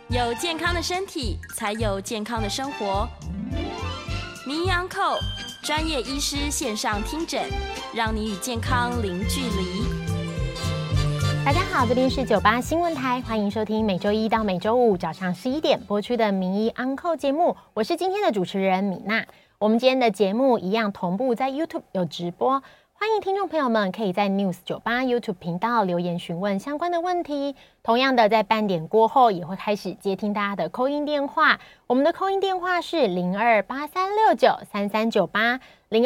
有健康的身体，才有健康的生活。名医安扣专业医师线上听诊，让你与健康零距离。 大家好，这边是98新闻台，欢迎收听每周一到每周五早上11点播出的名医安扣节目，我是今天的主持人米娜。我们今天的节目一样同步在 YouTube 有直播，欢迎听众朋友们可以在 News 98 YouTube 频道留言询问相关的问题。同样的，在半点过后也会开始接听大家的 call in 电话，我们的 call in 电话是0283693398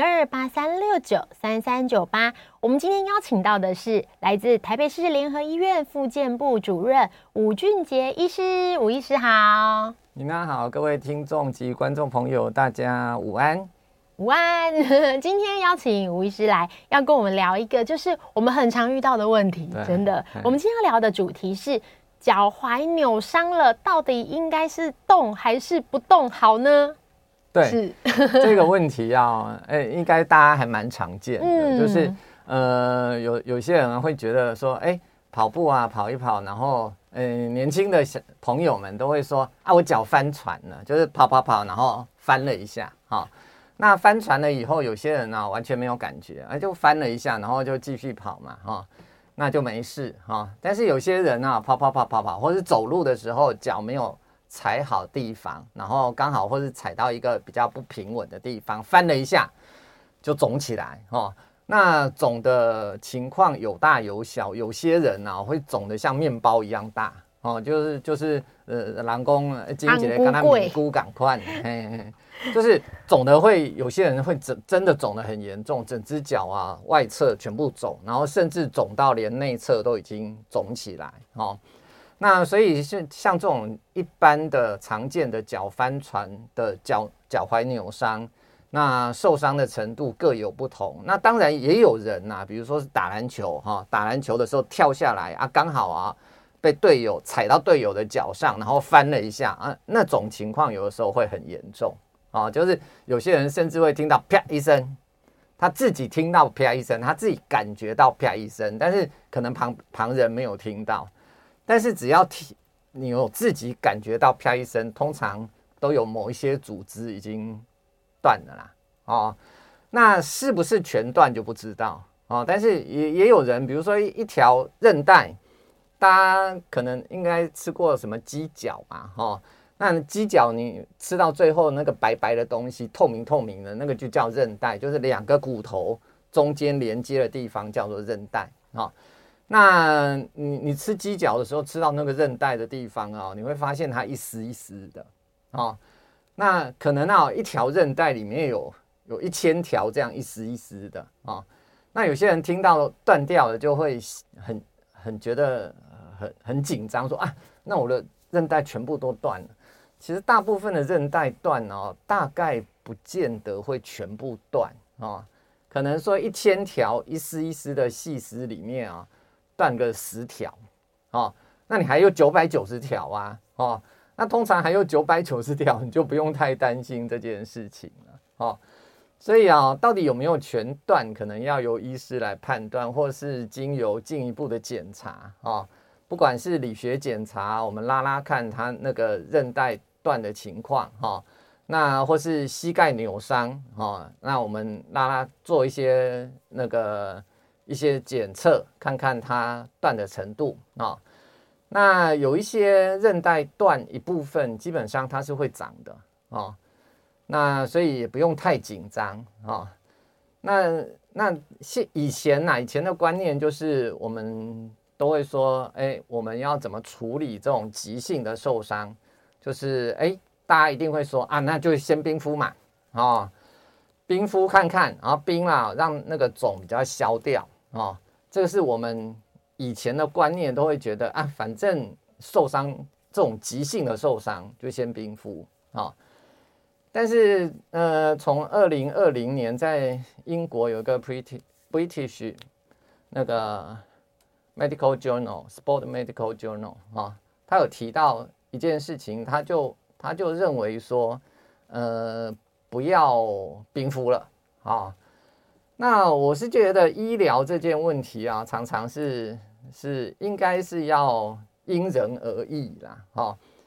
0283693398。我们今天邀请到的是来自台北市联合医院复健部主任伍俊杰医师，伍医师好。 你们好，各位听众及观众朋友，大家午安。 午安，今天邀请伍医师来，要跟我们聊一个就是我们很常遇到的问题，真的。我们今天要聊的主题是脚踝扭伤了，到底应该是动还是不动好呢？ 对，是这个问题啊，应该大家还蛮常见的，就是有些人会觉得说，跑步啊，跑一跑，然后年轻的朋友们都会说啊，我脚翻船了，就是跑，然后翻了一下，那翻船了以后，有些人啊完全没有感觉，就翻了一下，然后就继续跑嘛，那就没事但是有些人啊，跑，或是走路的时候脚没有踩好地方，然后刚好或是踩到一个比较不平稳的地方，翻了一下就肿起来那肿的情况有大有小，有些人啊会肿得像面包一样大就是人工金节跟他米菇赶快，就是肿的会有些人会真的肿得很严重，整只脚啊外侧全部肿，然后甚至肿到连内侧都已经肿起来那所以是像这种一般的常见的脚翻船的脚踝扭伤，那受伤的程度各有不同。那当然也有人比如说是打篮球打篮球的时候跳下来刚好被队友踩到队友的脚上，然后翻了一下那种情况有的时候会很严重就是有些人甚至会听到啪一声，他自己听到啪一声，他自己感觉到啪一声，但是可能旁人没有听到。但是只要你有自己感觉到啪一声，通常都有某一些组织已经断了啦那是不是全断就不知道但是也有人，比如说一条韧带，大家可能应该吃过什么鸡脚嘛那鸡脚你吃到最后那个白白的东西，透明的那个就叫韧带，就是两个骨头中间连接的地方叫做韧带那你吃鸡脚的时候，吃到那个韧带的地方你会发现它一丝一丝的那可能一条韧带里面有1000条这样一丝一丝的那有些人听到断掉了就会很觉得很紧张，说那我的韧带全部都断了。其实大部分的韧带断大概不见得会全部断可能说1000条一丝一丝的细丝里面断个10条那你还有990条那通常还有990条，你就不用太担心这件事情了所以到底有没有全断，可能要由医师来判断，或是经由进一步的检查不管是理学检查，我们拉看他那个韧带断的情况那或是膝盖扭伤那我们拉做一些一些检测，看看它断的程度那有一些韧带断一部分，基本上它是会长的那所以也不用太紧张那以前的观念就是我们都会说我们要怎么处理这种急性的受伤，就是大家一定会说那就先冰敷嘛冰敷看看，然后冰让那个肿比较消掉这个是我们以前的观念，都会觉得反正受伤这种急性的受伤就先冰敷但是从2020年在英国有一个 British 那个 Medical Journal Sport Medical Journal 他有提到一件事情，他就认为说不要冰敷了那我是觉得医疗这件问题常常是应该是要因人而异啦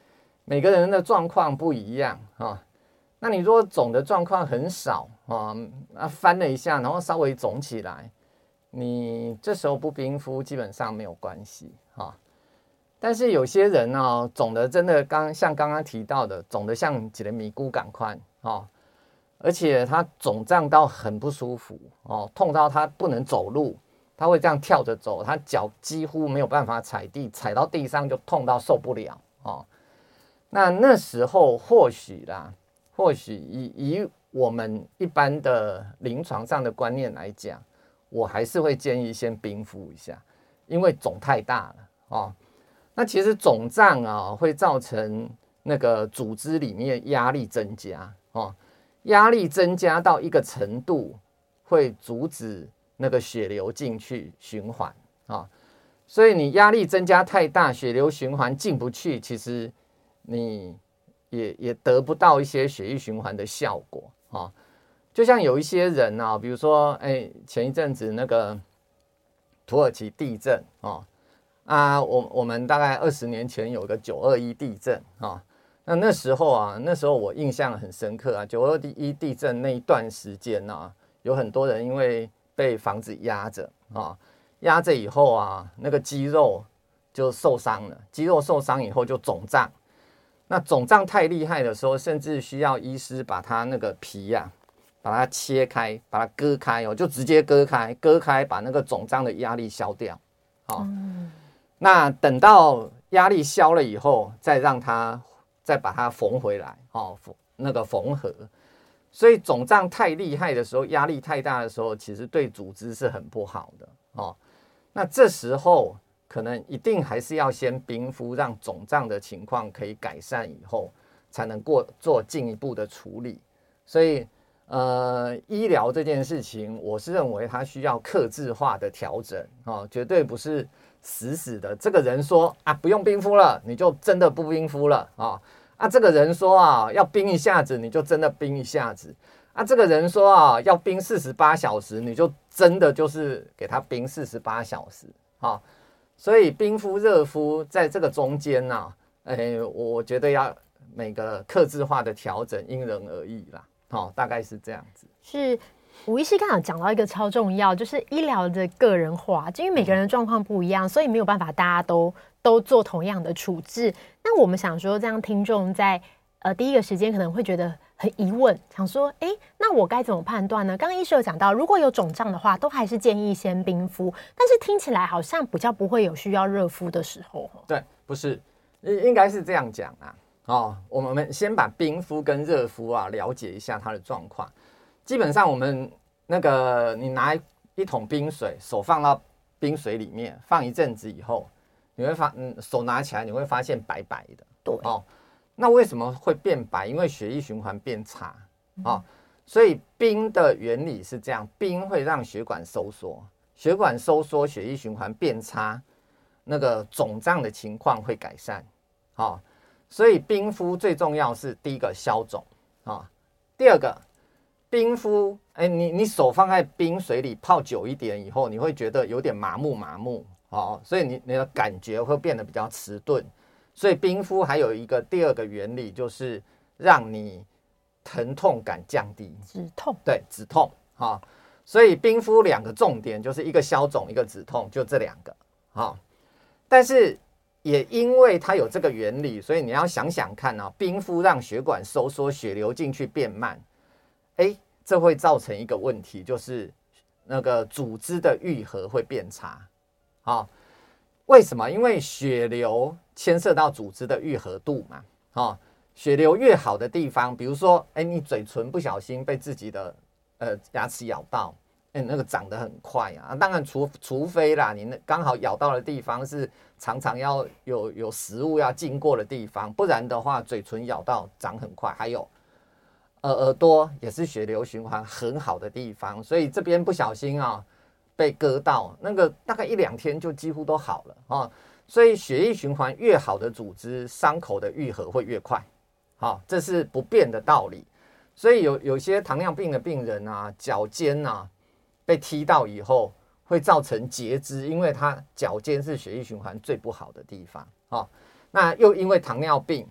每个人的状况不一样啊。那你如果肿的状况很少啊，翻了一下，然后稍微肿起来，你这时候不冰敷基本上没有关系啊。但是有些人呢，肿的真的像刚刚提到的，肿的像几个米糊感宽啊，而且他肿胀到很不舒服哦，痛到他不能走路，他会这样跳着走，他脚几乎没有办法踩地，踩到地上就痛到受不了哦。那时候或许以我们一般的临床上的观念来讲，我还是会建议先冰敷一下，因为肿太大了哦。那其实肿胀啊会造成那个组织里面压力增加哦，压力增加到一个程度会阻止那个血流进去循环啊，所以你压力增加太大，血流循环进不去，其实你也得不到一些血液循环的效果啊。就像有一些人啊，比如说前一阵子那个土耳其地震啊，我们大概20年前有个921地震啊，那时候我印象很深刻啊，921地震那一段时间啊，有很多人因为被房子压着啊，压着以后啊，那个肌肉就受伤了，肌肉受伤以后就肿胀，那肿胀太厉害的时候，甚至需要医师把它那个皮啊，把它切开，把它割开就直接割开，把那个肿胀的压力消掉，那等到压力消了以后，再把它缝回来，那个缝合。所以肿胀太厉害的时候，压力太大的时候，其实对组织是很不好的那这时候可能一定还是要先冰敷，让肿胀的情况可以改善以后，才能做进一步的处理。所以医疗这件事情，我是认为它需要客制化的调整绝对不是死的。这个人说不用冰敷了，你就真的不冰敷了这个人说要冰一下子，你就真的冰一下子这个人说要冰48小时，你就真的就是给他冰48小时所以冰敷热敷在这个中间我觉得要每个客制化的调整，因人而异啦大概是这样子。 是吴医师刚刚讲到一个超重要，就是医疗的个人化，因为每个人的状况不一样，所以没有办法大家都做同样的处置。那我们想说，这样听众在第一个时间可能会觉得很疑问，想说那我该怎么判断呢？刚刚医师有讲到，如果有肿胀的话，都还是建议先冰敷，但是听起来好像比较不会有需要热敷的时候。 对，不是，应该是这样讲我们先把冰敷跟热敷了解一下它的状况。基本上我们你拿一桶冰水，手放到冰水里面放一阵子以后，你会手拿起来你会发现白白的。 对那为什么会变白？因为血液循环变差所以冰的原理是这样，冰会让血管收缩，血管收缩，血液循环变差，那个肿胀的情况会改善所以冰敷最重要是第一个消肿第二个冰敷你手放在冰水里泡久一点以后，你会觉得有点麻木所以你的感觉会变得比较迟钝。所以冰敷还有一个第二个原理，就是让你疼痛感降低， 止痛。 对，止痛所以冰敷2个重点，就是一个消肿，一个止痛，就这2个但是也因为它有这个原理，所以你要想想看冰敷让血管收缩，血流进去变慢，这会造成一个问题，就是那个组织的愈合会变差为什么？因为血流牵涉到组织的愈合度嘛血流越好的地方，比如说你嘴唇不小心被自己的牙齿咬到，那个长得很快当然除非啦，你刚好咬到的地方是常常要有食物要经过的地方，不然的话嘴唇咬到长很快。还有耳朵也是血流循环很好的地方，所以这边不小心被割到，那个大概1-2天就几乎都好了所以血液循环越好的组织，伤口的愈合会越快这是不变的道理。所以有些糖尿病的病人脚尖被踢到以后会造成截肢，因为它脚尖是血液循环最不好的地方那又因为糖尿病，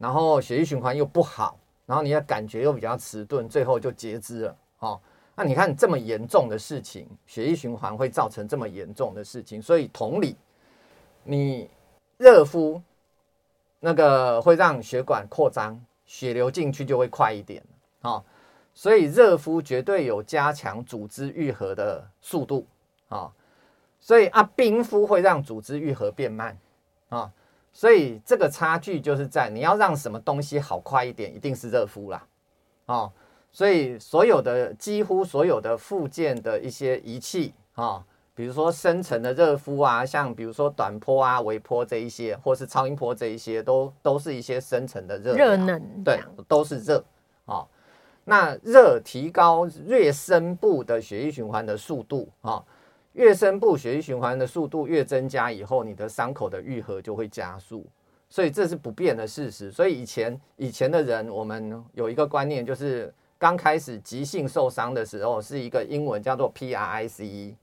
然后血液循环又不好，然后你的感觉又比较迟钝，最后就截肢了。那你看这么严重的事情，血液循环会造成这么严重的事情，所以同理，你热敷那个会让血管扩张，血流进去就会快一点。所以热敷绝对有加强组织愈合的速度。所以冰敷会让组织愈合变慢。所以这个差距就是在你要让什么东西好快一点，一定是热敷啦。所以几乎所有的复健的一些仪器比如说深层的热敷啊，像比如说短波啊、微波这一些，或是超音波这一些，都是一些深层的热能，对，都是热。那热提高越深部的血液循环的速度越深部血液循环的速度越增加以后，你的伤口的愈合就会加速，所以这是不变的事实。所以以前的人，我们有一个观念，就是刚开始急性受伤的时候，是一个英文叫做 PRICE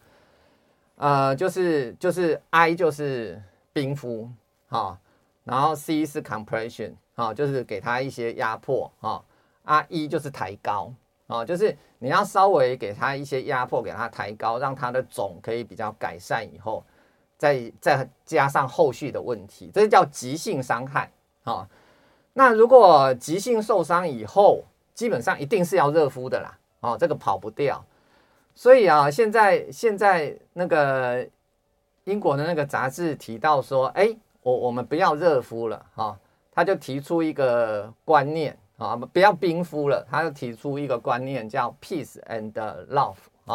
就是 I 就是冰敷然后 C 是 compression 就是给它一些压迫E 就是抬高就是你要稍微给它一些压迫，给它抬高，让它的肿可以比较改善以后，再加上后续的问题，这叫急性伤害那如果急性受伤以后，基本上一定是要热敷的啦这个跑不掉。所以现在那个英国的那个杂志提到说，我们不要热敷了他就提出一个观念不要冰敷了，他就提出一个观念叫 Peace and Love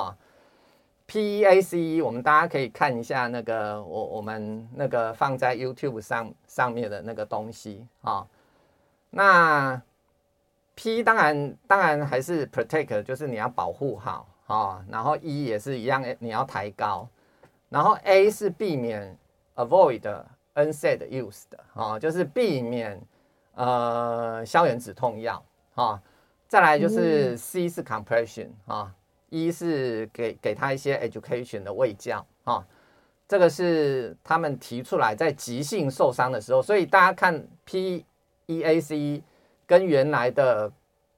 PEACE， 我们大家可以看一下那个我们那个放在 YouTube 上面的那个东西那 P 当然还是 protect， 就是你要保护好然后 E 也是一样，你要抬高，然后 A 是避免 avoid NSAID use 的就是避免消炎止痛药再来就是 C 是 compression E 是给他一些 education 的卫教这个是他们提出来在急性受伤的时候，所以大家看 PEACE 跟原来的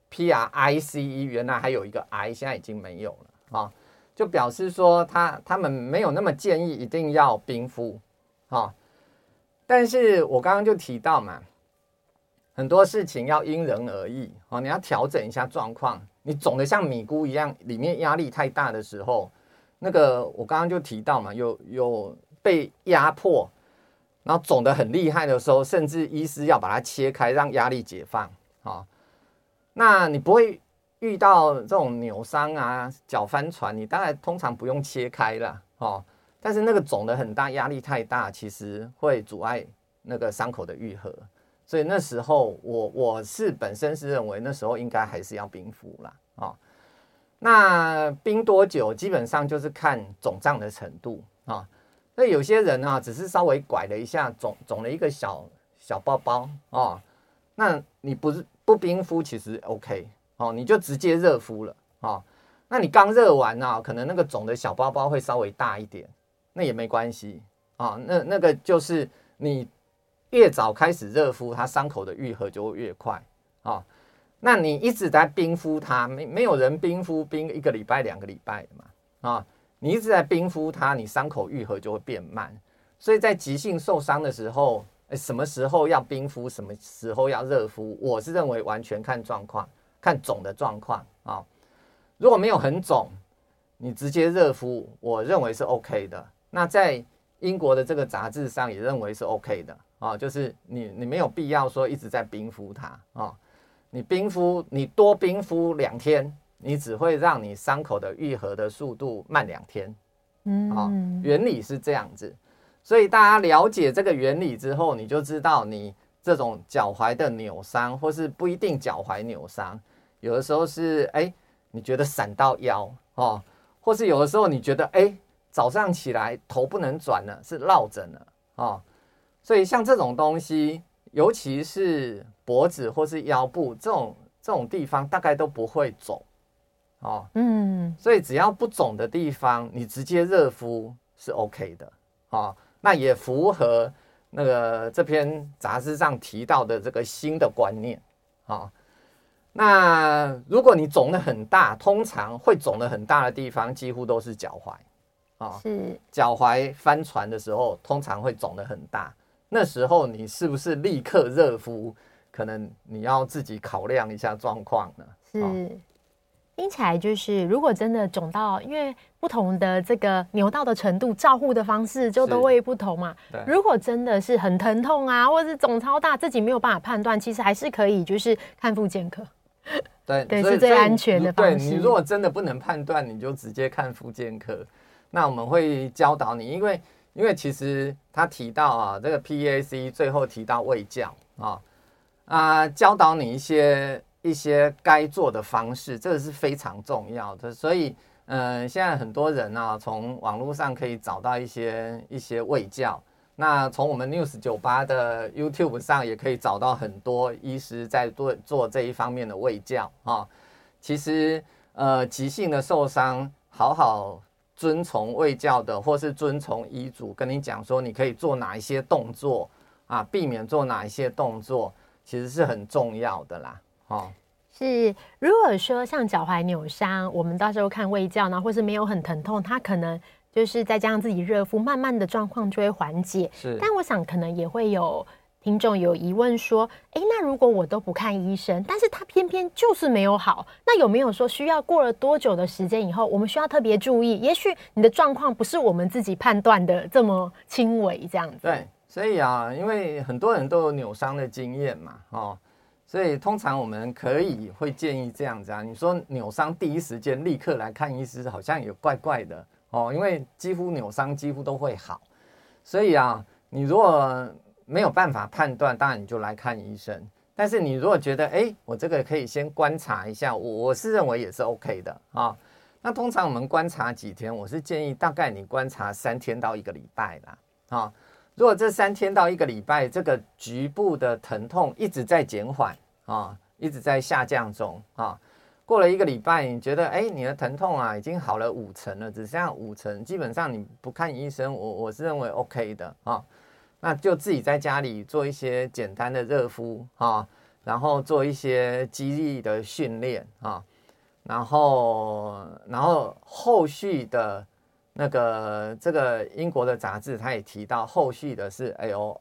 PRICE 原来还有一个 I， 现在已经没有了就表示说他们没有那么建议一定要冰敷但是我刚刚就提到嘛，很多事情要因人而异你要调整一下状况。你肿得像米糊一样，里面压力太大的时候，那个我刚刚就提到嘛，有被压迫，然后肿得很厉害的时候，甚至医师要把它切开，让压力解放那你不会遇到这种扭伤啊、脚翻船，你当然通常不用切开啦但是那个肿得很大，压力太大，其实会阻碍那个伤口的愈合。所以那时候我本身是认为那时候应该还是要冰敷啦那冰多久基本上就是看肿胀的程度所以有些人只是稍微拐了一下，肿了一个小包包那你不冰敷其实 OK 你就直接热敷了那你刚热完可能那个肿的小包包会稍微大一点，那也没关系那个就是你越早开始热敷，它伤口的愈合就会越快那你一直在冰敷它，没有人冰敷冰1个礼拜、2个礼拜的嘛你一直在冰敷它，你伤口愈合就会变慢。所以在急性受伤的时候，什么时候要冰敷，什么时候要热敷，我是认为完全看状况，看肿的状况如果没有很肿，你直接热敷，我认为是 OK 的。那在英国的这个杂志上也认为是 OK 的就是你没有必要说一直在冰敷它你多冰敷2天，你只会让你伤口的愈合的速度慢2天原理是这样子。所以大家了解这个原理之后，你就知道你这种脚踝的扭伤，或是不一定脚踝扭伤，有的时候是你觉得闪到腰或是有的时候你觉得早上起来头不能转了，是落枕了所以像这种东西，尤其是脖子或是腰部这种地方，大概都不会肿所以只要不肿的地方，你直接热敷是 OK 的那也符合那个这篇杂志上提到的这个新的观念啊。那如果你肿得很大，通常会肿得很大的地方几乎都是脚踝啊，是脚踝翻船的时候通常会肿得很大，那时候你是不是立刻热敷？可能你要自己考量一下状况呢。 是。听起来就是，如果真的肿到，因为不同的这个扭到的程度，照护的方式就都会不同嘛。如果真的是很疼痛啊，或者是肿超大，自己没有办法判断，其实还是可以就是看复健科。 对， 对，是最安全的方式。 对，你如果真的不能判断，你就直接看复健科。那我们会教导你，因为其实他提到啊，这个 PAC 最后提到卫教教导你一些该做的方式，这个是非常重要的。所以现在很多人啊，从网络上可以找到一些卫教。那从我们 News98 的 YouTube 上也可以找到很多医师在做这一方面的卫教啊。其实急性的受伤，好好遵从卫教的，或是遵从医嘱跟你讲说你可以做哪一些动作啊，避免做哪一些动作，其实是很重要的啦。 是，如果说像脚踝扭伤，我们到时候看卫教呢，或是没有很疼痛，他可能就是再加上自己热敷，慢慢的状况就会缓解。是，但我想可能也会有听众有疑问说，那如果我都不看医生，但是他偏偏就是没有好，那有没有说需要过了多久的时间以后，我们需要特别注意？也许你的状况不是我们自己判断的这么轻微，这样子。 对，所以啊，因为很多人都有扭伤的经验嘛，所以通常我们会建议这样子啊，你说扭伤第一时间立刻来看医师，好像也怪怪的因为几乎扭伤几乎都会好，所以啊，你如果没有办法判断，当然你就来看医生。但是你如果觉得我这个可以先观察一下，我是认为也是 OK 的啊。那通常我们观察几天，我是建议大概你观察3天到1个礼拜啦啊。如果这3天到1个礼拜，这个局部的疼痛一直在减缓啊，一直在下降中啊，过了1个礼拜，你觉得你的疼痛啊已经好了50%了，只剩下50%，基本上你不看医生，我是认为 OK 的啊。那就自己在家里做一些简单的热敷啊，然后做一些肌力的训练啊，然后后续的。这个英国的杂志，他也提到后续的是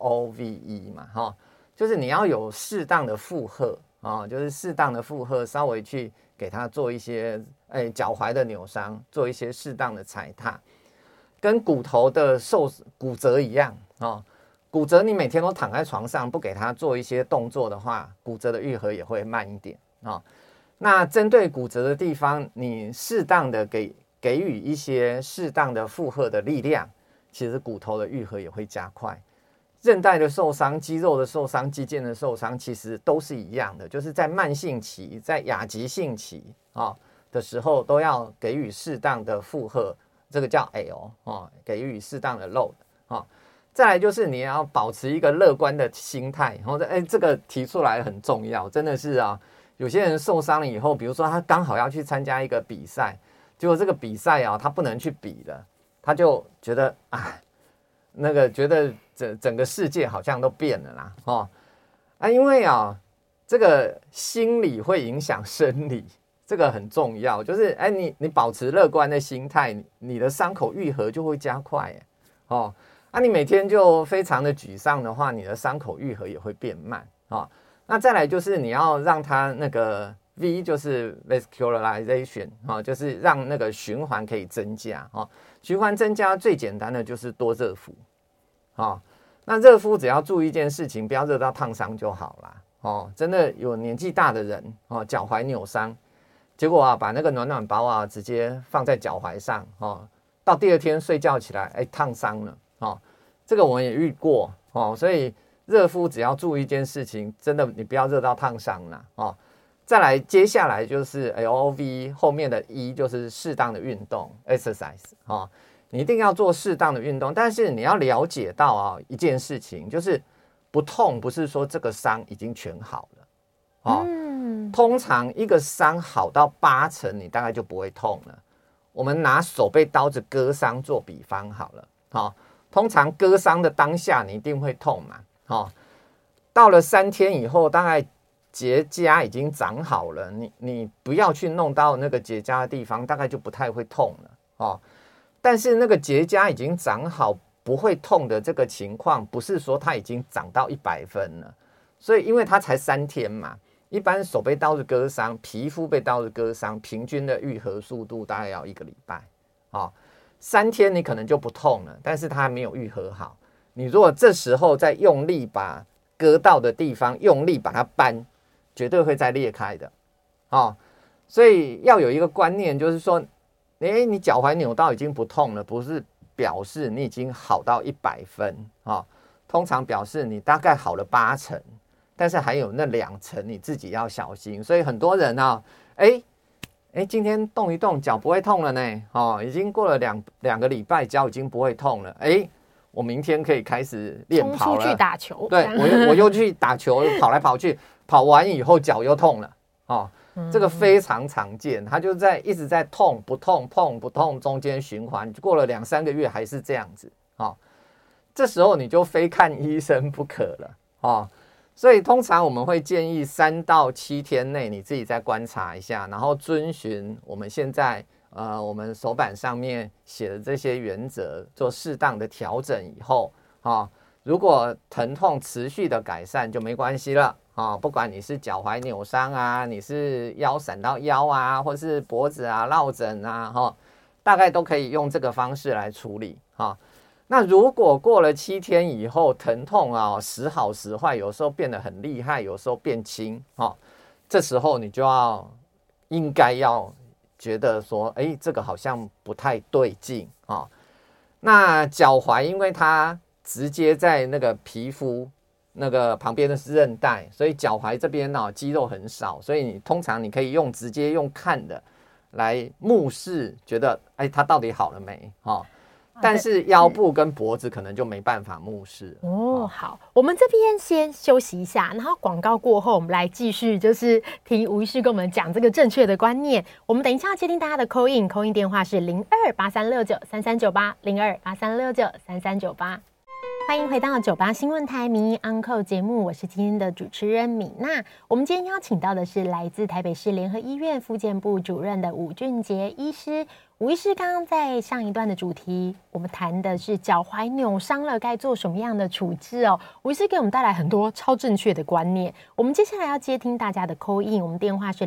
LOVE 嘛，就是你要有适当的负荷啊，就是适当的负荷，稍微去给他做一些脚踝的扭伤，做一些适当的踩踏，跟骨头的骨折一样啊。骨折你每天都躺在床上，不给他做一些动作的话，骨折的愈合也会慢一点啊。那针对骨折的地方，你适当的给予一些适当的负荷的力量，其实骨头的愈合也会加快。韧带的受伤、肌肉的受伤、肌腱的受伤，其实都是一样的，就是在慢性期、在亚急性期的时候，都要给予适当的负荷，这个叫 L 给予适当的 load 再来就是你要保持一个乐观的心态，这个提出来很重要，真的是啊，有些人受伤了以后，比如说他刚好要去参加一个比赛。结果这个比赛啊，他不能去比了，他就觉得觉得整个世界好像都变了啦，因为这个心理会影响生理，这个很重要。就是你保持乐观的心态，你的伤口愈合就会加快你每天就非常的沮丧的话，你的伤口愈合也会变慢那再来就是你要让它那个。V 就是 vascularization 就是让那个循环可以增加循环增加最简单的就是多热敷那热敷只要注意一件事情，不要热到烫伤就好啦真的有年纪大的人脚踝扭伤，结果把那个暖暖包直接放在脚踝上到第2天睡觉起来烫伤了这个我也遇过所以热敷只要注意一件事情，真的你不要热到烫伤啦再来，接下来就是 LOV 后面的E，就是适当的运动 exercise 你一定要做适当的运动，但是你要了解到一件事情，就是不痛不是说这个伤已经全好了通常一个伤好到80%，你大概就不会痛了。我们拿手被刀子割伤做比方好了通常割伤的当下你一定会痛嘛，哦，到了3天以后，大概结痂已经长好了，你不要去弄到那个结痂的地方，大概就不太会痛了哦。但是那个结痂已经长好不会痛的这个情况，不是说它已经长到100分了，所以因为它才3天嘛，一般手被刀子割伤，皮肤被刀子割伤，平均的愈合速度大概要1个礼拜哦。3天你可能就不痛了，但是它还没有愈合好。你如果这时候再用力把割到的地方用力把它扳，绝对会再裂开的哦。所以要有一个观念，就是说，你脚踝扭到已经不痛了，不是表示你已经好到100分哦，通常表示你大概好了80%，但是还有那2成你自己要小心。所以很多人啊，今天动一动脚不会痛了呢，哦，已经过了两个礼拜，脚已经不会痛了，我明天可以开始练跑了， 冲出去打球， 对，我又去打球，跑来跑去，跑完以后脚又痛了，哦，这个非常常见，他就一直在痛不痛痛不痛中间循环，过了2-3个月还是这样子，哦，这时候你就非看医生不可了，哦。所以通常我们会建议3到7天内你自己再观察一下，然后遵循我们现在我们手板上面写的这些原则，做适当的调整以后如果疼痛持续的改善就没关系了不管你是脚踝扭伤啊，你是腰闪到腰啊，或是脖子啊落枕啊大概都可以用这个方式来处理那如果过了7天以后，疼痛时好时坏，有时候变得很厉害，有时候变轻这时候你就应该要觉得说，这个好像不太对劲那脚踝因为它直接在那个皮肤那个旁边的韧带，所以脚踝这边肌肉很少，所以你通常你可以直接用看的来目视，觉得它到底好了没但是腰部跟脖子可能就没办法目视好，我们这边先休息一下，然后广告过后，我们来继续就是听吴医师跟我们讲这个正确的观念。我们等一下要接听大家的 call in 电话是0283693398，0283693398。欢迎回到98新闻台民意 Uncle 节目，我是今天的主持人米娜。我们今天邀请到的是来自台北市联合医院复健部主任的吴俊杰医师。吴医师刚刚在上一段的主题，我们谈的是脚踝扭伤了该做什么样的处置吴医师给我们带来很多超正确的观念。我们接下来要接听大家的 call in， 我们电话是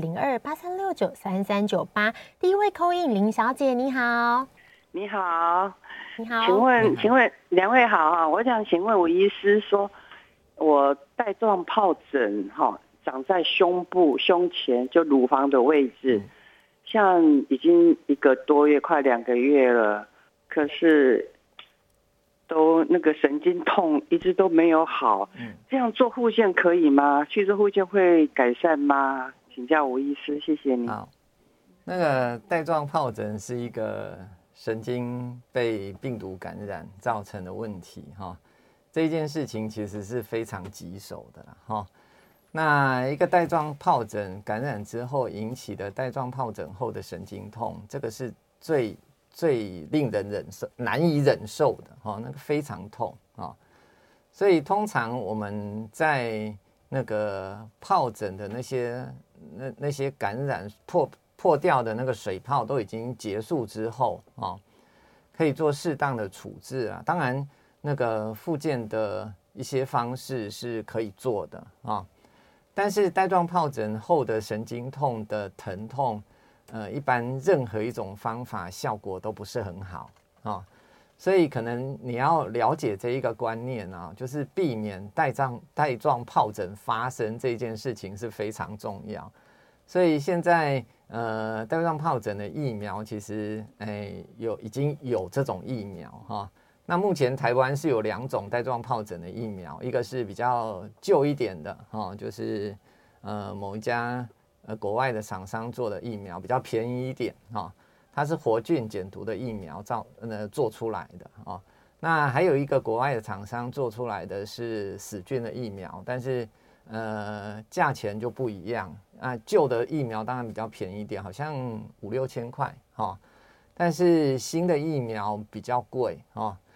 0283693398。第一位 call in 林小姐，你好。 你好， 你好， 请问两位好我想请问吴医师说，我带状疱疹长在胸部胸前就乳房的位置，像已经1个多月快2个月了，可是都那个神经痛一直都没有好，这样做护腺可以吗？去做护腺会改善吗？请教吴医师，谢谢你。 好，那个带状疱疹是一个神经被病毒感染造成的问题这件事情其实是非常棘手的啦那一个带状疱疹感染之后引起的带状疱疹后的神经痛，这个是最令人难以忍受的那个非常痛所以通常我们在那个疱疹的那些感染破掉的那个水泡都已经结束之后可以做适当的处置当然那个复健的一些方式是可以做的但是带状疱疹后的神经痛的疼痛一般任何一种方法效果都不是很好所以可能你要了解这一个观念就是避免带状疱疹发生这件事情是非常重要。所以现在带状疱疹的疫苗其实已经有这种疫苗那目前台湾是有2种带状疱疹的疫苗，一个是比较旧一点的就是某一家国外的厂商做的疫苗，比较便宜一点它是活菌减毒的疫苗做出来的那还有一个国外的厂商做出来的是死菌的疫苗，但是价钱就不一样旧的疫苗当然比较便宜一点，好像5-6千块但是新的疫苗比较贵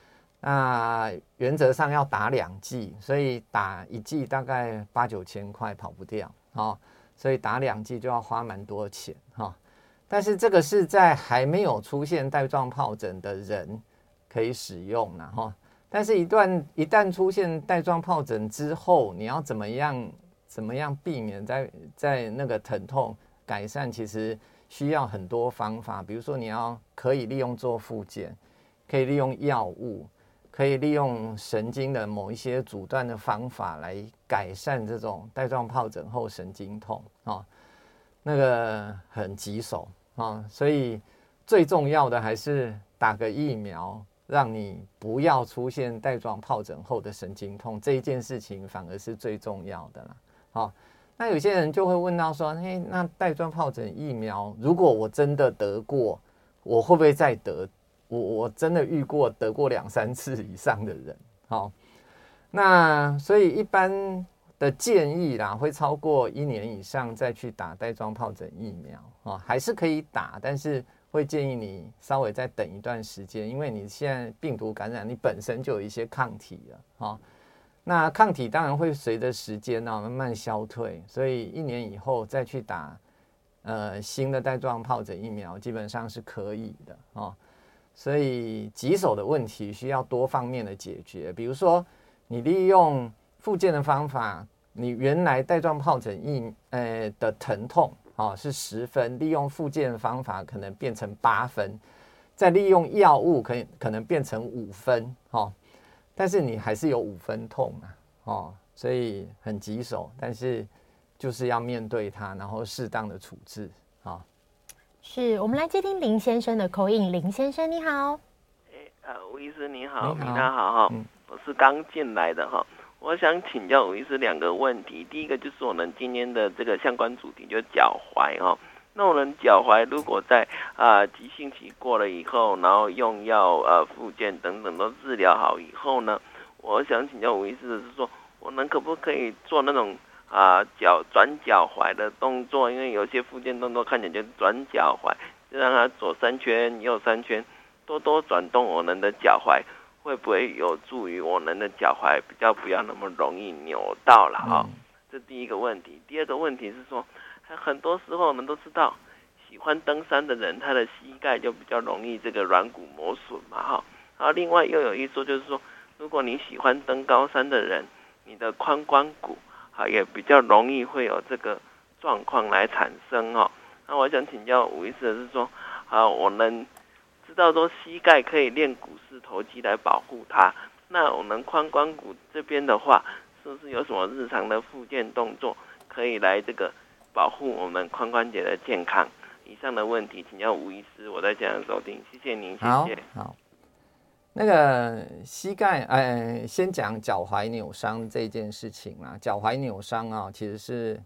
那原则上要打2剂，所以打1剂大概8、9千块跑不掉，所以打2剂就要花蛮多钱，但是这个是在还没有出现带状疱疹的人可以使用啦，但是一旦出现带状疱疹之后，你要怎么样避免在那个疼痛改善，其实需要很多方法。比如说你可以利用做复健，可以利用药物，可以利用神经的某一些阻断的方法来改善这种带状疱疹后神经痛，那个很棘手，所以最重要的还是打个疫苗，让你不要出现带状疱疹后的神经痛，这一件事情反而是最重要的啦。那有些人就会问到说，那带状疱疹疫苗，如果我真的得过，我会不会再得？我真的遇过得过2、3次以上的人，那所以一般的建议啦，会超过1年以上再去打带状疱疹疫苗，还是可以打，但是会建议你稍微再等一段时间，因为你现在病毒感染，你本身就有一些抗体了，那抗体当然会随着时间慢慢消退，所以1年以后再去打新的带状疱疹疫苗，基本上是可以的，所以棘手的问题需要多方面的解决，比如说你利用复健的方法，你原来带状疱疹的疼痛是10分，利用复健的方法可能变成8分，再利用药物可能变成5分，但是你还是有5分痛所以很棘手，但是就是要面对它，然后适当的处置。 是我们来接听林先生的口音。林先生你好。 吴医师你好，米娜好，我是刚进来的哈。我想请教吴医师2个问题。第一个就是我们今天的这个相关主题就是脚踝哈。那我们脚踝如果在急性期过了以后，然后用药复健等等都治疗好以后呢，我想请教吴医师的是说，我们可不可以做那种转脚踝的动作？因为有些复健动作看起来就是转脚踝，就让它左3圈右3圈，多多转动我们的脚踝，会不会有助于我们的脚踝比较不要那么容易扭到了这第一个问题。第二个问题是说，很多时候我们都知道，喜欢登山的人，他的膝盖就比较容易这个软骨磨损嘛然后另外又有一说就是说，如果你喜欢登高山的人，你的髋关骨也比较容易会有这个状况来产生那我想请教吴医师的是说，我们知道说膝盖可以练股四头肌来保护它，那我们髋关骨这边的话，是不是有什么日常的复健动作可以来这个保护我们髋关节的健康？以上的问题请教吴医师，我在这样收听，谢谢您，谢谢。 好，那个膝盖，先讲脚踝扭伤这件事情啦。脚踝扭伤其实是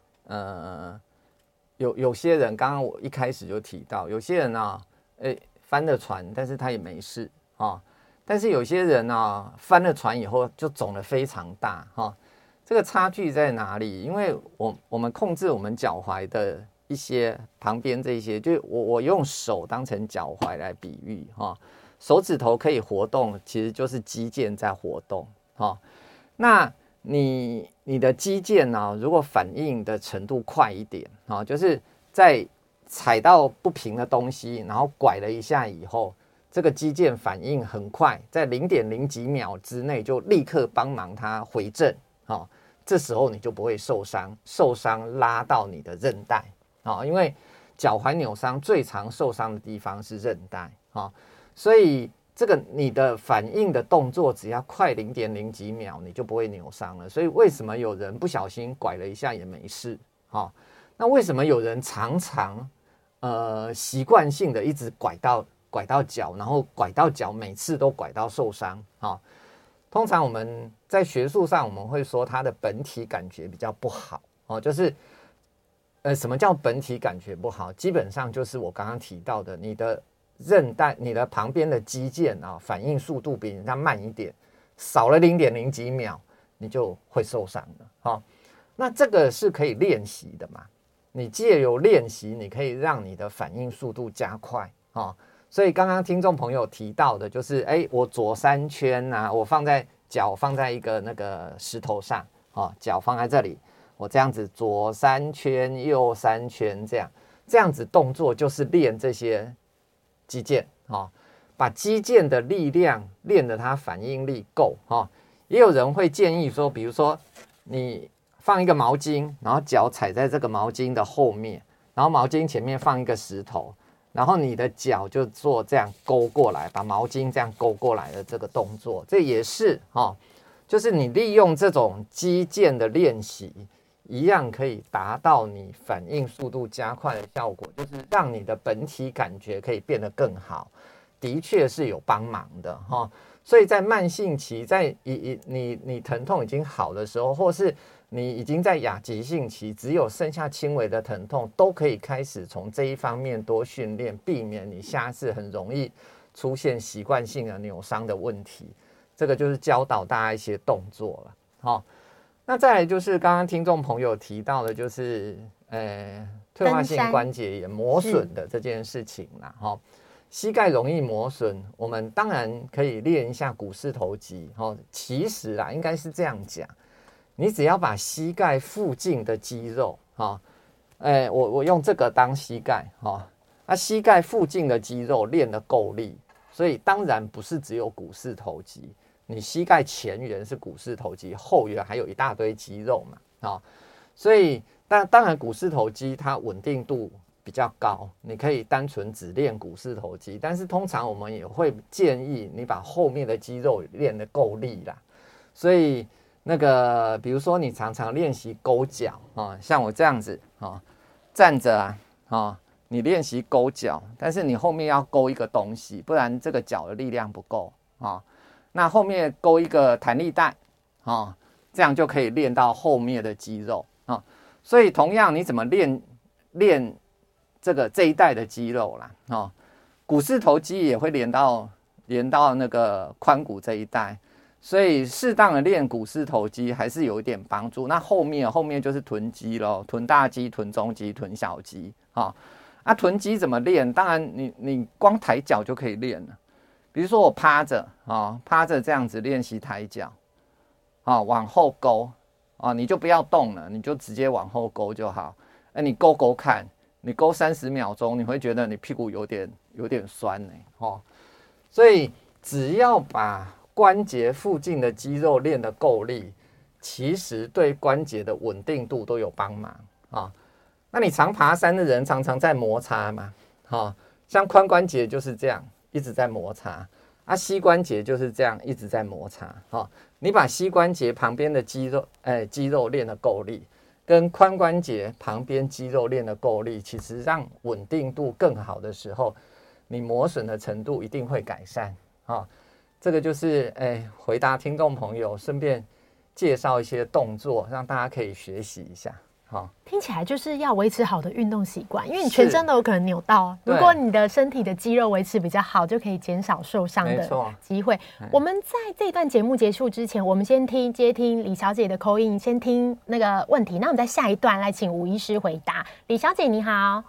有些人，刚刚我一开始就提到，有些人翻了船，但是他也没事但是有些人翻了船以后就肿得非常大这个差距在哪里？因为我们控制我们脚踝的一些旁边这些，就我用手当成脚踝来比喻手指头可以活动，其实就是肌腱在活动那你的肌腱如果反应的程度快一点就是在踩到不平的东西，然后拐了一下以后，这个肌腱反应很快，在0.0几秒之内就立刻帮忙它回正这时候你就不会受伤拉到你的韧带因为脚踝扭伤最常受伤的地方是韧带所以这个你的反应的动作只要快0.0几秒，你就不会扭伤了。所以为什么有人不小心拐了一下也没事那为什么有人常常习惯性的一直拐到脚，然后拐到脚每次都拐到受伤通常我们在学术上我们会说他的本体感觉比较不好就是什么叫本体感觉不好？基本上就是我刚刚提到的，你的韧带、你的旁边的肌腱反应速度比人家慢一点，少了0.0几秒，你就会受伤了那这个是可以练习的嘛？你借由练习，你可以让你的反应速度加快所以刚刚听众朋友提到的就是，我左3圈啊，我脚放在一个那个石头上，脚放在这里，我这样子左3圈，右3圈，这样子动作就是练这些肌腱，把肌腱的力量练得它反应力够，也有人会建议说，比如说你放一个毛巾，然后脚踩在这个毛巾的后面，然后毛巾前面放一个石头，然后你的脚就做这样勾过来，把毛巾这样勾过来的这个动作，这也是就是你利用这种肌腱的练习，一样可以达到你反应速度加快的效果，就是让你的本体感觉可以变得更好，的确是有帮忙的所以在慢性期，在你疼痛已经好的时候，或是你已经在亚急性期，只有剩下轻微的疼痛，都可以开始从这一方面多训练，避免你下次很容易出现习惯性的扭伤的问题。这个就是教导大家一些动作了。那再来就是刚刚听众朋友提到的，就是退化性关节炎磨损的这件事情啦。膝盖容易磨损，我们当然可以练一下股四头肌。其实啦，应该是这样讲，你只要把膝盖附近的肌肉，我用这个当膝盖，膝盖附近的肌肉练得够力，所以当然不是只有股四头肌，你膝盖前缘是股四头肌，后缘还有一大堆肌肉嘛，所以当然股四头肌它稳定度比较高，你可以单纯只练股四头肌，但是通常我们也会建议你把后面的肌肉练得够力啦。所以那个比如说你常常练习勾脚像我这样子站着你练习勾脚，但是你后面要勾一个东西，不然这个脚的力量不够那后面勾一个弹力带这样就可以练到后面的肌肉所以同样你怎么练这一带的肌肉啦股四头肌也会连到那个髋骨这一带，所以适当的练股四头肌还是有一点帮助。那后面就是臀肌咯，臀大肌、臀中肌、臀小肌臀肌怎么练？当然你光抬脚就可以练了。比如说我趴着这样子练习抬脚往后勾你就不要动了，你就直接往后勾就好。你勾勾看，你勾30秒钟，你会觉得你屁股有点酸所以只要把关节附近的肌肉练得够力，其实对关节的稳定度都有帮忙那你常爬山的人常常在摩擦嘛像髋关节就是这样一直在摩擦膝关节就是这样一直在摩擦你把膝关节旁边的肌肉练得够力，跟髋关节旁边肌肉练得够力，其实让稳定度更好的时候，你磨损的程度一定会改善这个就是回答听众朋友，顺便介绍一些动作，让大家可以学习一下听起来就是要维持好的运动习惯，因为你全身都有可能扭到。如果你的身体的肌肉维持比较好，就可以减少受伤的机会。我们在这一段节目结束之前，我们先接听李小姐的 call in， 先听那个问题。那我们在下一段来请吴医师回答。李小姐你好。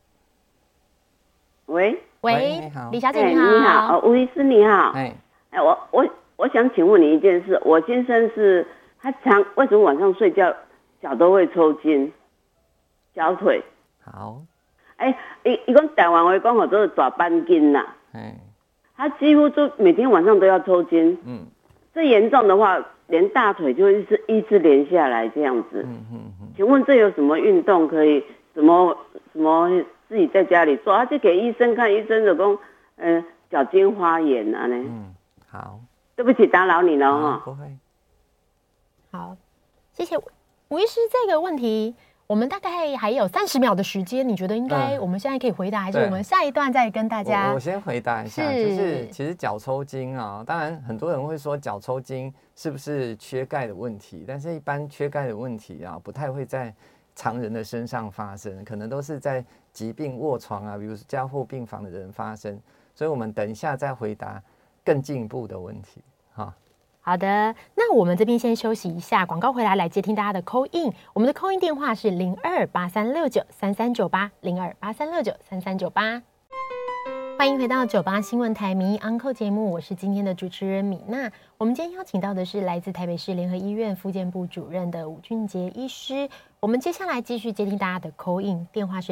喂， 你好， 李小姐你好。 你好，吴医师你好。我想请问你一件事，我先生是他为什么晚上睡觉脚都会抽筋，小腿。 好。 他说台湾话讲都是大斑筋啦。他几乎就每天晚上都要抽筋。最严重的话，连大腿就会一直连下来这样子。请问这有什么运动可以什么自己在家里做？他就给医生看，医生就说脚筋发炎啊呢。 好。 对不起，打扰你了哈。 不会。 好，谢谢吴医师。这个问题我们大概还有30秒的时间，你觉得应该我们现在可以回答，还是我们下一段再跟大家？ 我先回答一下，就是其实脚抽筋当然很多人会说脚抽筋是不是缺钙的问题，但是一般缺钙的问题不太会在常人的身上发生，可能都是在疾病卧床比如说加护病房的人发生，所以我们等一下再回答更进一步的问题好的，那我们这边先休息一下，广告回来接听大家的 call in。我们的 call in 电话是0283693398，0283693398。 欢迎回到98新闻台民意 Uncle 节目，我是今天的主持人米娜。我们今天邀请到的是来自台北市联合医院复健部主任的吴俊杰医师。我们接下来继续接听大家的 call in， 电话是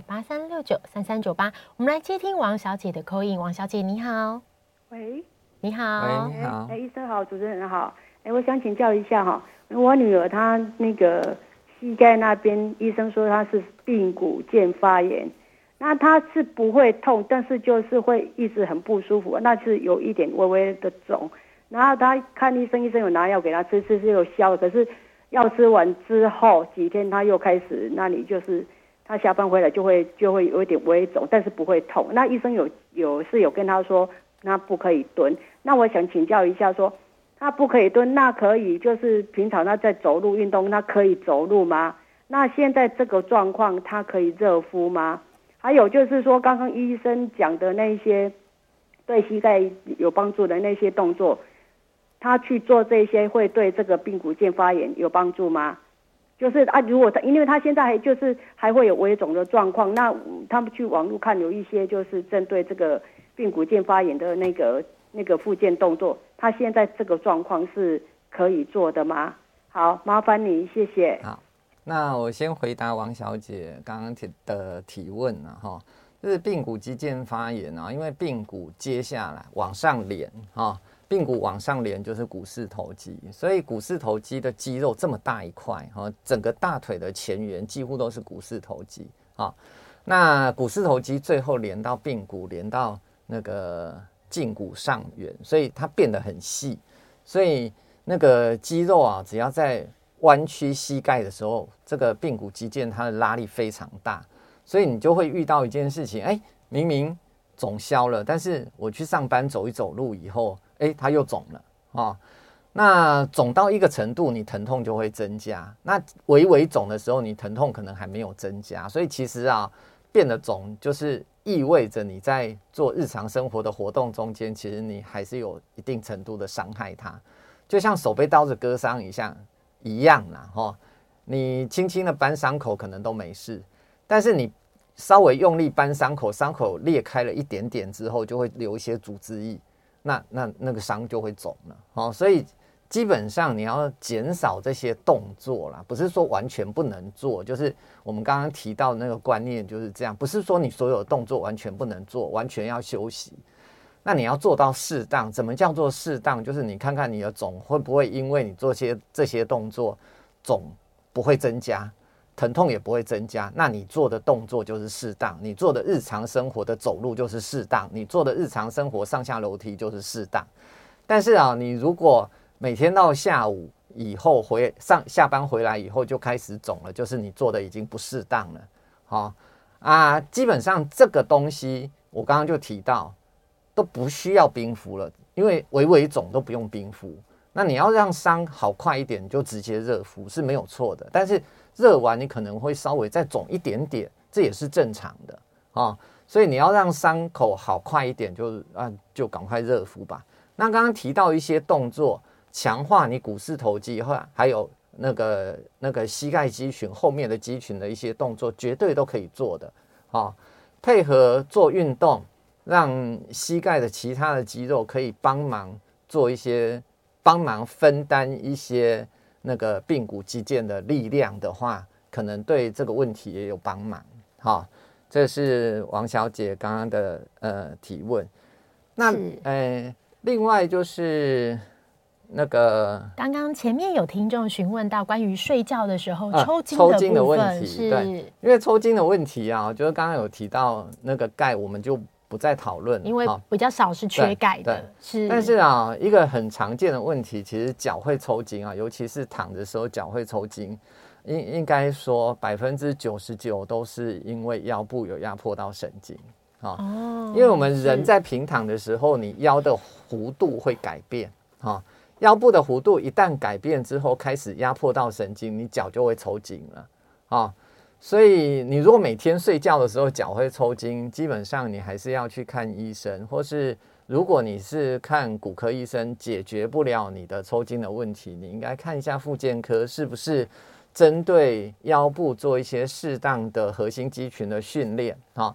0283693398。我们来接听王小姐的 call in。王小姐你好。 喂， 你好。 喂，你好。 医生好，主持人好。我想请教一下哈，我女儿她那个膝盖那边，医生说她是髌骨腱发炎。那他是不会痛，但是就是会一直很不舒服，那是有一点微微的肿。然后他看医生，医生有拿药给他吃，是有消的，可是药吃完之后几天他又开始，那里就是他下班回来就会有一点微肿，但是不会痛。那医生有跟他说，那不可以蹲。那我想请教一下说，他不可以蹲，那可以就是平常他在走路运动，他可以走路吗？那现在这个状况，他可以热敷吗？还有就是说，刚刚医生讲的那些对膝盖有帮助的那些动作，他去做这些会对这个髌骨腱发炎有帮助吗？就是如果因为他现在还会有微肿的状况，那他们去网络看有一些就是针对这个髌骨腱发炎的那个复健动作，他现在这个状况是可以做的吗？好，麻烦你，谢谢。 好。那我先回答王小姐刚刚的提问哈，就是髌骨肌腱发炎啊，因为髌骨接下来往上连哈，髌骨往上连就是股四头肌，所以股四头肌的肌肉这么大一块哈，整个大腿的前缘几乎都是股四头肌啊。那股四头肌最后连到髌骨，连到那个胫骨上缘，所以它变得很细，所以那个肌肉啊，只要在弯曲膝盖的时候，这个髌骨肌腱它的拉力非常大，所以你就会遇到一件事情，明明肿消了，但是我去上班走一走路以后，它又肿了那肿到一个程度，你疼痛就会增加。那微肿的时候，你疼痛可能还没有增加，所以其实变得肿就是意味着你在做日常生活的活动中间，其实你还是有一定程度的伤害它，就像手被刀子割伤一样啦你轻轻的扳伤口可能都没事，但是你稍微用力扳伤口，伤口裂开了一点点之后，就会留一些组织液，那个伤就会肿了所以基本上你要减少这些动作啦，不是说完全不能做，就是我们刚刚提到的那个观念就是这样，不是说你所有的动作完全不能做，完全要休息。那你要做到适当，怎么叫做适当？就是你看看你的肿会不会因为你做这些动作，肿不会增加，疼痛也不会增加，那你做的动作就是适当，你做的日常生活的走路就是适当，你做的日常生活上下楼梯就是适当。但是你如果每天到下午以后下班回来以后就开始肿了，就是你做的已经不适当了基本上这个东西我刚刚就提到都不需要冰敷了，因为微肿都不用冰敷。那你要让伤好快一点，你就直接热敷是没有错的。但是热完你可能会稍微再肿一点点，这也是正常的所以你要让伤口好快一点，就赶快热敷吧。那刚刚提到一些动作，强化你股四头肌还有那个膝盖肌群后面的肌群的一些动作，绝对都可以做的配合做运动，让膝盖的其他的肌肉可以帮忙分担一些那个髌骨肌腱的力量的话，可能对这个问题也有帮忙这是王小姐刚刚的提问。那另外就是那个刚刚前面有听众询问到关于睡觉的时候抽筋的问题， 对，因为抽筋的问题就是刚刚有提到那个钙，我们就不再讨论， 因为比较少是缺钙的，是。但是一个很常见的问题，其实脚会抽筋尤其是躺的时候脚会抽筋，应该说99%都是因为腰部有压迫到神经因为我们人在平躺的时候，你腰的弧度会改变腰部的弧度一旦改变之后，开始压迫到神经，你脚就会抽筋了所以你如果每天睡觉的时候脚会抽筋，基本上你还是要去看医生，或是如果你是看骨科医生解决不了你的抽筋的问题，你应该看一下复健科是不是针对腰部做一些适当的核心肌群的训练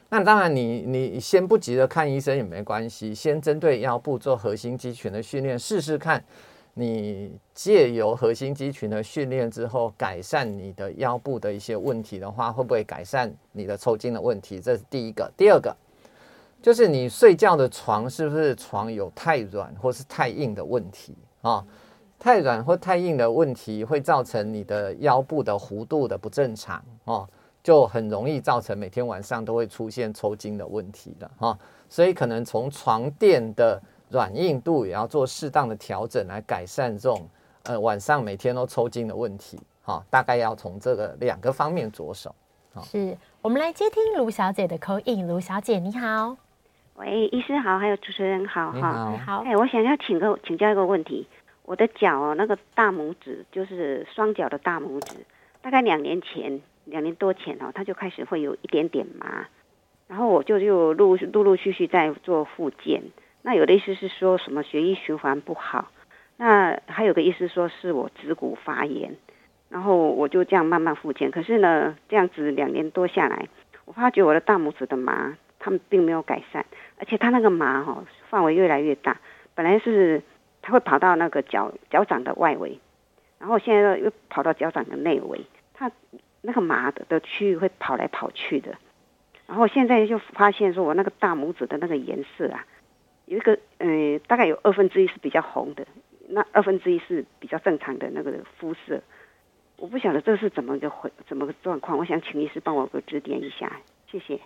那当然你先不急着看医生也没关系，先针对腰部做核心肌群的训练试试看，你借由核心肌群的训练之后改善你的腰部的一些问题的话，会不会改善你的抽筋的问题？这是第一个。第二个就是你睡觉的床是不是床有太软或是太硬的问题啊？太软或太硬的问题会造成你的腰部的弧度的不正常哦，就很容易造成每天晚上都会出现抽筋的问题了哈。所以可能从床垫的软硬度也要做适当的调整，来改善这种晚上每天都抽筋的问题哈。大概要从这个2个方面着手。 是我们来接听卢小姐的 call in。卢小姐你好。 喂，医师好，还有主持人好哈。 你好。 我想要请教一个问题。我的脚那个大拇指，就是双脚的大拇指，大概2年多前它就开始会有一点点麻，然后我就陆续在做复健。那有的意思是说什么血液循环不好，那还有个意思说是我指骨发炎，然后我就这样慢慢复健。可是呢，这样子2年多下来，我发觉我的大拇指的麻，它们并没有改善，而且它那个麻范围越来越大，本来是它会跑到那个脚掌的外围，然后现在又跑到脚掌的内围，它那个麻的区域会跑来跑去的。然后现在就发现说我那个大拇指的那个颜色啊，有一个大概有1/2是比较红的，那1/2是比较正常的那个肤色。我不晓得这是怎么个状况，我想请医师帮我指点一下，谢谢。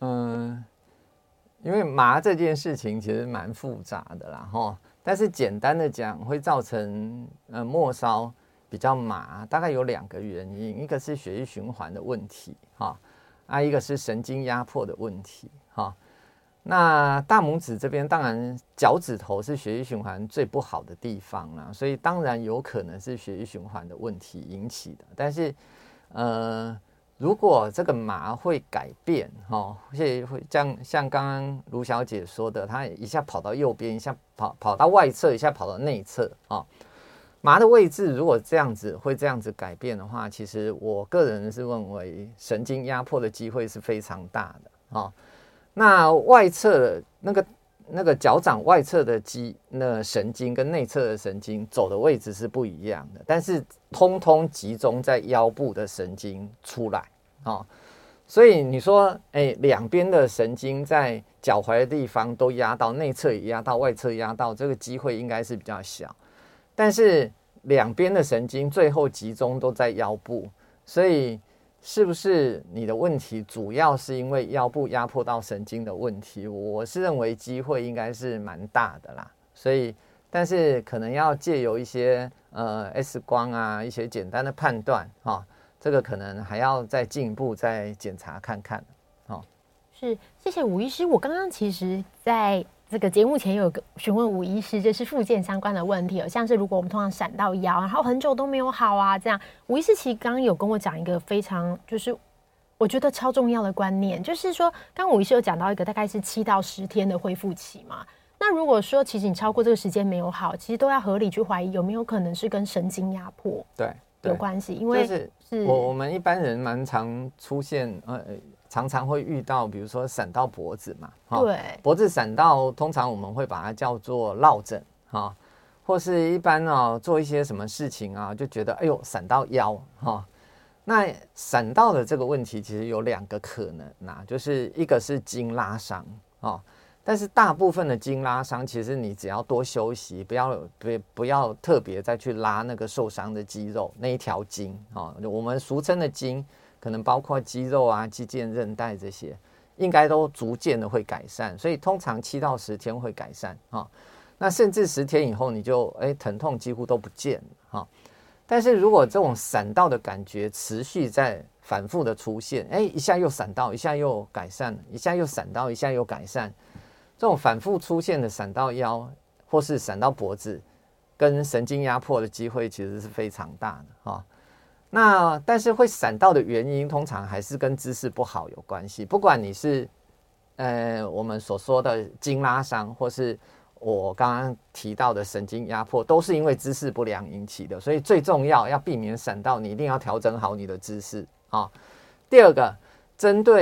因为麻这件事情其实蛮复杂的啦齁。但是简单的讲，会造成末梢比较麻，大概有2个原因，一个是血液循环的问题一个是神经压迫的问题那大拇指这边，当然脚趾头是血液循环最不好的地方啦，所以当然有可能是血液循环的问题引起的。但是如果这个麻会改变会像刚刚卢小姐说的，她一下跑到右边，一下跑到外侧，一下跑到内侧麻的位置如果这样子改变的话，其实我个人是认为神经压迫的机会是非常大的那外侧的那个脚掌外侧的神经跟内侧的神经走的位置是不一样的，但是通通集中在腰部的神经出来所以你说2边的神经在脚踝的地方都压到，内侧也压到，外侧压到，这个机会应该是比较小。但是2边的神经最后集中都在腰部，所以是不是你的问题主要是因为腰部压迫到神经的问题？我是认为机会应该是蛮大的啦。所以但是可能要借由一些X 光啊，一些简单的判断这个可能还要再进一步再检查看看是，谢谢吴医师。我刚刚其实在这个节目前有询问吴医师，就是复健相关的问题像是如果我们通常闪到腰，然后很久都没有好啊，这样吴医师其实刚刚有跟我讲一个非常就是我觉得超重要的观念，就是说刚刚吴医师有讲到一个大概是7到10天的恢复期嘛。那如果说其实你超过这个时间没有好，其实都要合理去怀疑有没有可能是跟神经压迫有关系，因为就是我们一般人蛮常出现常常会遇到，比如说闪到脖子嘛， 对， 脖子闪到，通常我们会把它叫做落枕或是一般做一些什么事情就觉得闪到腰那闪到的这个问题其实有2个可能就是一个是筋拉伤但是大部分的筋拉伤，其实你只要多休息，不要特别再去拉那个受伤的肌肉那一条筋我们俗称的筋，可能包括肌肉啊、肌腱、韧带这些，应该都逐渐的会改善，所以通常7到10天会改善那甚至10天以后，你就疼痛几乎都不见了但是如果这种闪到的感觉持续在反复的出现，一下又闪到，一下又改善，一下又闪到，一下又改善，这种反复出现的闪到腰或是闪到脖子，跟神经压迫的机会其实是非常大的那但是会闪到的原因，通常还是跟姿势不好有关系。不管你是我们所说的筋拉伤，或是我刚刚提到的神经压迫，都是因为姿势不良引起的。所以最重要避免闪到，你一定要调整好你的姿势第二个，针对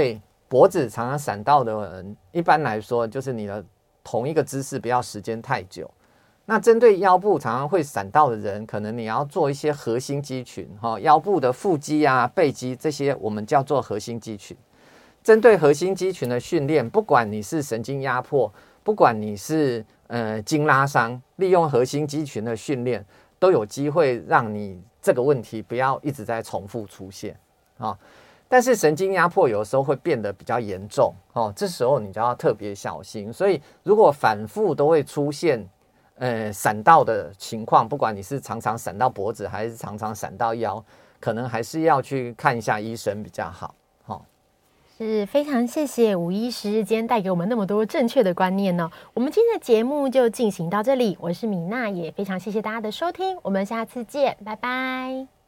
脖子常常闪到的人，一般来说就是你的同一个姿势不要时间太久。那针对腰部常常会闪到的人，可能你要做一些核心肌群，腰部的腹肌啊、背肌这些，我们叫做核心肌群。针对核心肌群的训练，不管你是神经压迫，不管你是筋拉伤，利用核心肌群的训练，都有机会让你这个问题不要一直在重复出现啊。但是神经压迫有时候会变得比较严重哦，这时候你就要特别小心。所以如果反复都会出现闪到的情况，不管你是常常闪到脖子还是常常闪到腰，可能还是要去看一下医生比较好。 是非常谢谢吴医师今天带给我们那么多正确的观念呢。我们今天的节目就进行到这里，我是米娜，也非常谢谢大家的收听，我们下次见，拜拜。